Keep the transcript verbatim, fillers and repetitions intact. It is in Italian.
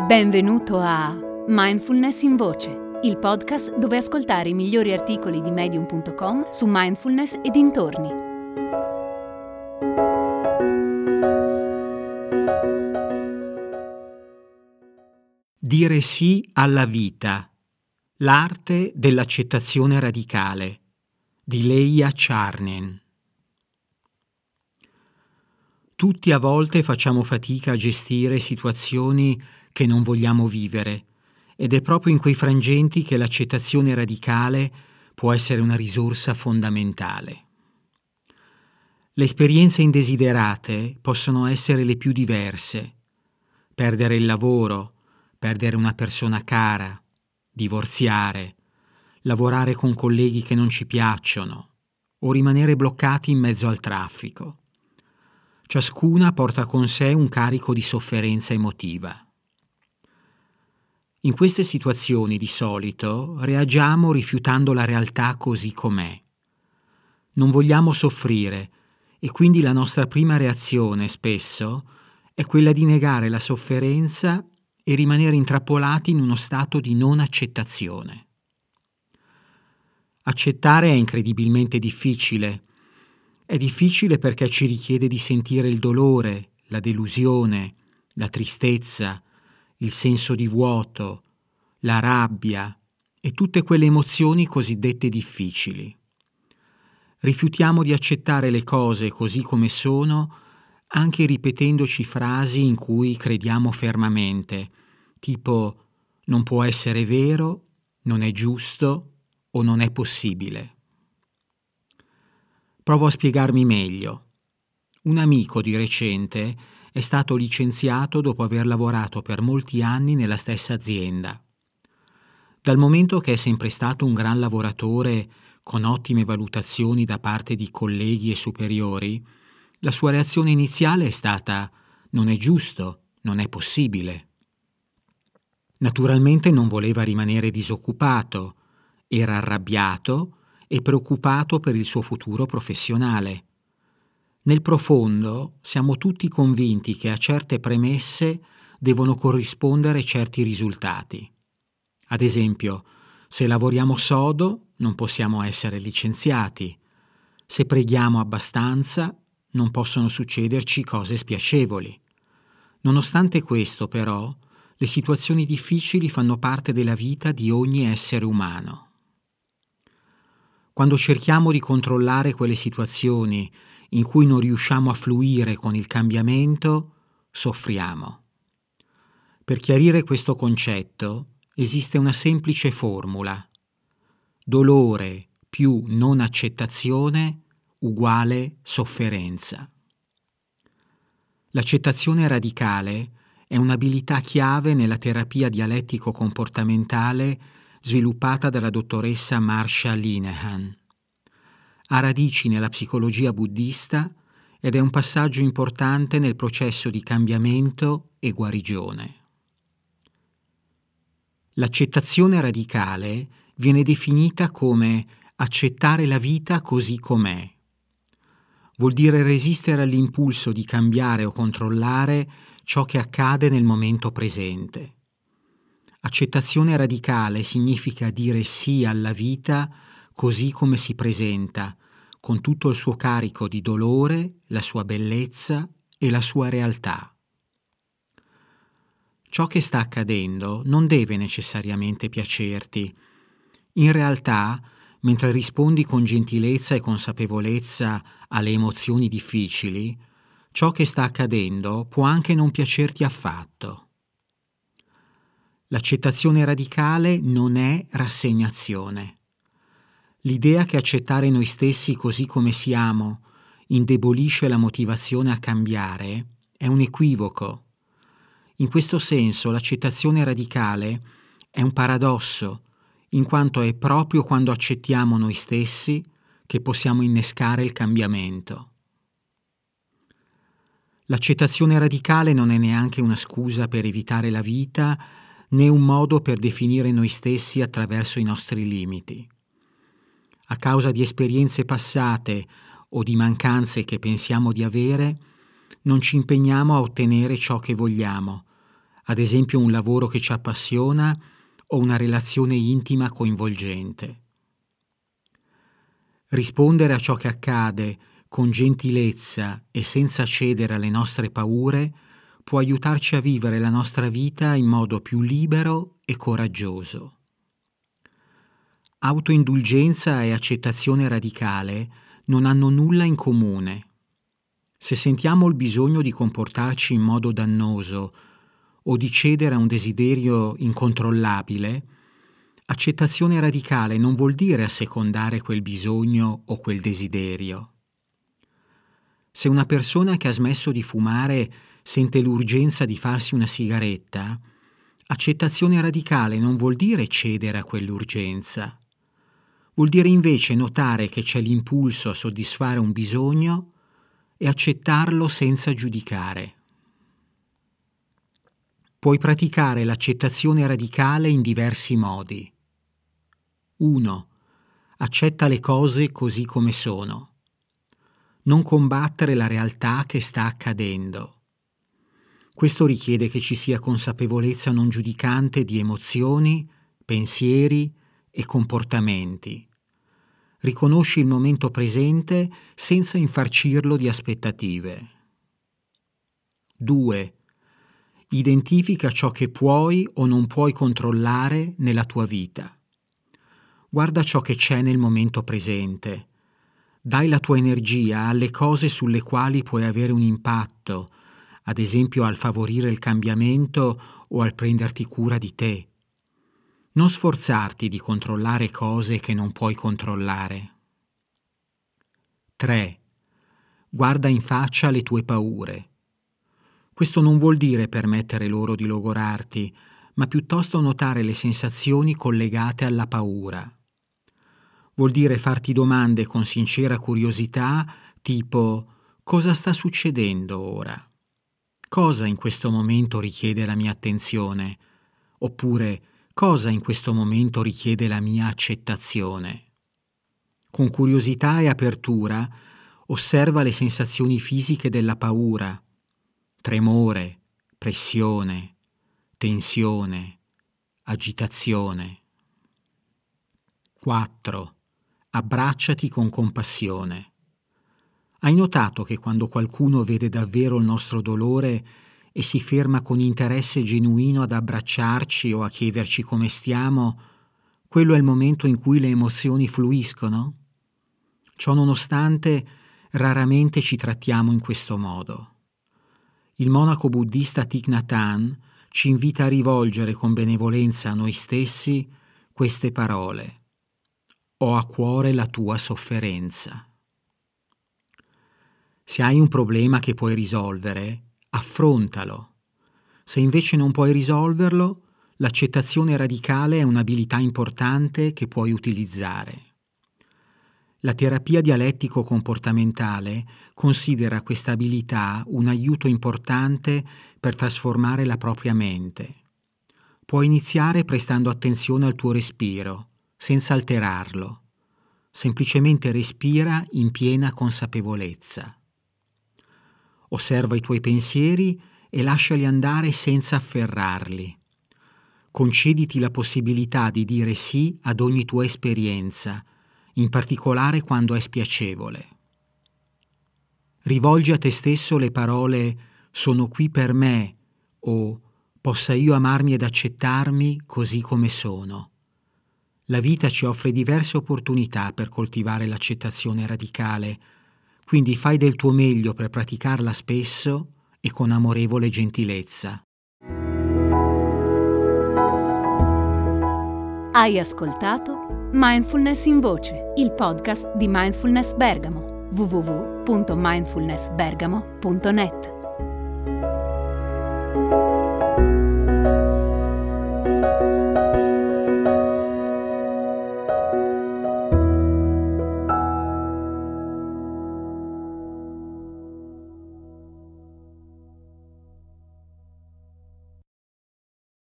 Benvenuto a Mindfulness in Voce, il podcast dove ascoltare i migliori articoli di medium punto com su mindfulness e dintorni. Dire sì alla vita. L'arte dell'accettazione radicale di Leah Charnen. Tutti a volte facciamo fatica a gestire situazioni che non vogliamo vivere, ed è proprio in quei frangenti che l'accettazione radicale può essere una risorsa fondamentale. Le esperienze indesiderate possono essere le più diverse: perdere il lavoro, perdere una persona cara, divorziare, lavorare con colleghi che non ci piacciono o rimanere bloccati in mezzo al traffico. Ciascuna porta con sé un carico di sofferenza emotiva. In queste situazioni di solito reagiamo rifiutando la realtà così com'è. Non vogliamo soffrire e quindi la nostra prima reazione spesso è quella di negare la sofferenza e rimanere intrappolati in uno stato di non accettazione. Accettare è incredibilmente difficile. È difficile perché ci richiede di sentire il dolore, la delusione, la tristezza, il senso di vuoto, la rabbia e tutte quelle emozioni cosiddette difficili. Rifiutiamo di accettare le cose così come sono, anche ripetendoci frasi in cui crediamo fermamente, tipo non può essere vero, non è giusto o non è possibile. Provo a spiegarmi meglio. Un amico di recente è stato licenziato dopo aver lavorato per molti anni nella stessa azienda. Dal momento che è sempre stato un gran lavoratore con ottime valutazioni da parte di colleghi e superiori, la sua reazione iniziale è stata: non è giusto, non è possibile. Naturalmente non voleva rimanere disoccupato, era arrabbiato e preoccupato per il suo futuro professionale. Nel profondo siamo tutti convinti che a certe premesse devono corrispondere certi risultati. Ad esempio, se lavoriamo sodo non possiamo essere licenziati. Se preghiamo abbastanza non possono succederci cose spiacevoli. Nonostante questo, però, le situazioni difficili fanno parte della vita di ogni essere umano. Quando cerchiamo di controllare quelle situazioni in cui non riusciamo a fluire con il cambiamento, soffriamo. Per chiarire questo concetto esiste una semplice formula: dolore più non accettazione uguale sofferenza. L'accettazione radicale è un'abilità chiave nella terapia dialettico-comportamentale sviluppata dalla dottoressa Marsha Linehan. Ha radici nella psicologia buddista ed è un passaggio importante nel processo di cambiamento e guarigione. L'accettazione radicale viene definita come accettare la vita così com'è. Vuol dire resistere all'impulso di cambiare o controllare ciò che accade nel momento presente. Accettazione radicale significa dire sì alla vita così come si presenta, con tutto il suo carico di dolore, la sua bellezza e la sua realtà. Ciò che sta accadendo non deve necessariamente piacerti. In realtà, mentre rispondi con gentilezza e consapevolezza alle emozioni difficili, ciò che sta accadendo può anche non piacerti affatto. L'accettazione radicale non è rassegnazione. L'idea che accettare noi stessi così come siamo indebolisce la motivazione a cambiare è un equivoco. In questo senso l'accettazione radicale è un paradosso, in quanto è proprio quando accettiamo noi stessi che possiamo innescare il cambiamento. L'accettazione radicale non è neanche una scusa per evitare la vita, né un modo per definire noi stessi attraverso i nostri limiti. A causa di esperienze passate o di mancanze che pensiamo di avere, non ci impegniamo a ottenere ciò che vogliamo, ad esempio un lavoro che ci appassiona o una relazione intima coinvolgente. Rispondere a ciò che accade con gentilezza e senza cedere alle nostre paure può aiutarci a vivere la nostra vita in modo più libero e coraggioso. Autoindulgenza e accettazione radicale non hanno nulla in comune. Se sentiamo il bisogno di comportarci in modo dannoso o di cedere a un desiderio incontrollabile, accettazione radicale non vuol dire assecondare quel bisogno o quel desiderio. Se una persona che ha smesso di fumare sente l'urgenza di farsi una sigaretta, accettazione radicale non vuol dire cedere a quell'urgenza. Vuol dire invece notare che c'è l'impulso a soddisfare un bisogno e accettarlo senza giudicare. Puoi praticare l'accettazione radicale in diversi modi. uno. Accetta le cose così come sono. Non combattere la realtà che sta accadendo. Questo richiede che ci sia consapevolezza non giudicante di emozioni, pensieri e comportamenti. Riconosci il momento presente senza infarcirlo di aspettative. due. Identifica ciò che puoi o non puoi controllare nella tua vita. Guarda ciò che c'è nel momento presente. Dai la tua energia alle cose sulle quali puoi avere un impatto, ad esempio al favorire il cambiamento o al prenderti cura di te. Non sforzarti di controllare cose che non puoi controllare. tre. Guarda in faccia le tue paure. Questo non vuol dire permettere loro di logorarti, ma piuttosto notare le sensazioni collegate alla paura. Vuol dire farti domande con sincera curiosità, tipo: cosa sta succedendo ora? Cosa in questo momento richiede la mia attenzione? Oppure cosa in questo momento richiede la mia accettazione? Con curiosità e apertura osserva le sensazioni fisiche della paura: tremore, pressione, tensione, agitazione. quattro. Abbracciati con compassione. Hai notato che quando qualcuno vede davvero il nostro dolore e si ferma con interesse genuino ad abbracciarci o a chiederci come stiamo, quello è il momento in cui le emozioni fluiscono? Ciò nonostante, raramente ci trattiamo in questo modo. Il monaco buddista Thich Nhat Hanh ci invita a rivolgere con benevolenza a noi stessi queste parole: ho a cuore la tua sofferenza. Se hai un problema che puoi risolvere, affrontalo. Se invece non puoi risolverlo, l'accettazione radicale è un'abilità importante che puoi utilizzare. La terapia dialettico-comportamentale considera questa abilità un aiuto importante per trasformare la propria mente. Puoi iniziare prestando attenzione al tuo respiro, senza alterarlo. Semplicemente respira in piena consapevolezza. Osserva i tuoi pensieri e lasciali andare senza afferrarli. Concediti la possibilità di dire sì ad ogni tua esperienza, in particolare quando è spiacevole. Rivolgi a te stesso le parole «sono qui per me» o «possa io amarmi ed accettarmi così come sono». La vita ci offre diverse opportunità per coltivare l'accettazione radicale, quindi fai del tuo meglio per praticarla spesso e con amorevole gentilezza. Hai ascoltato Mindfulness in Voce, il podcast di Mindfulness Bergamo, w w w punto mindfulness bergamo punto net.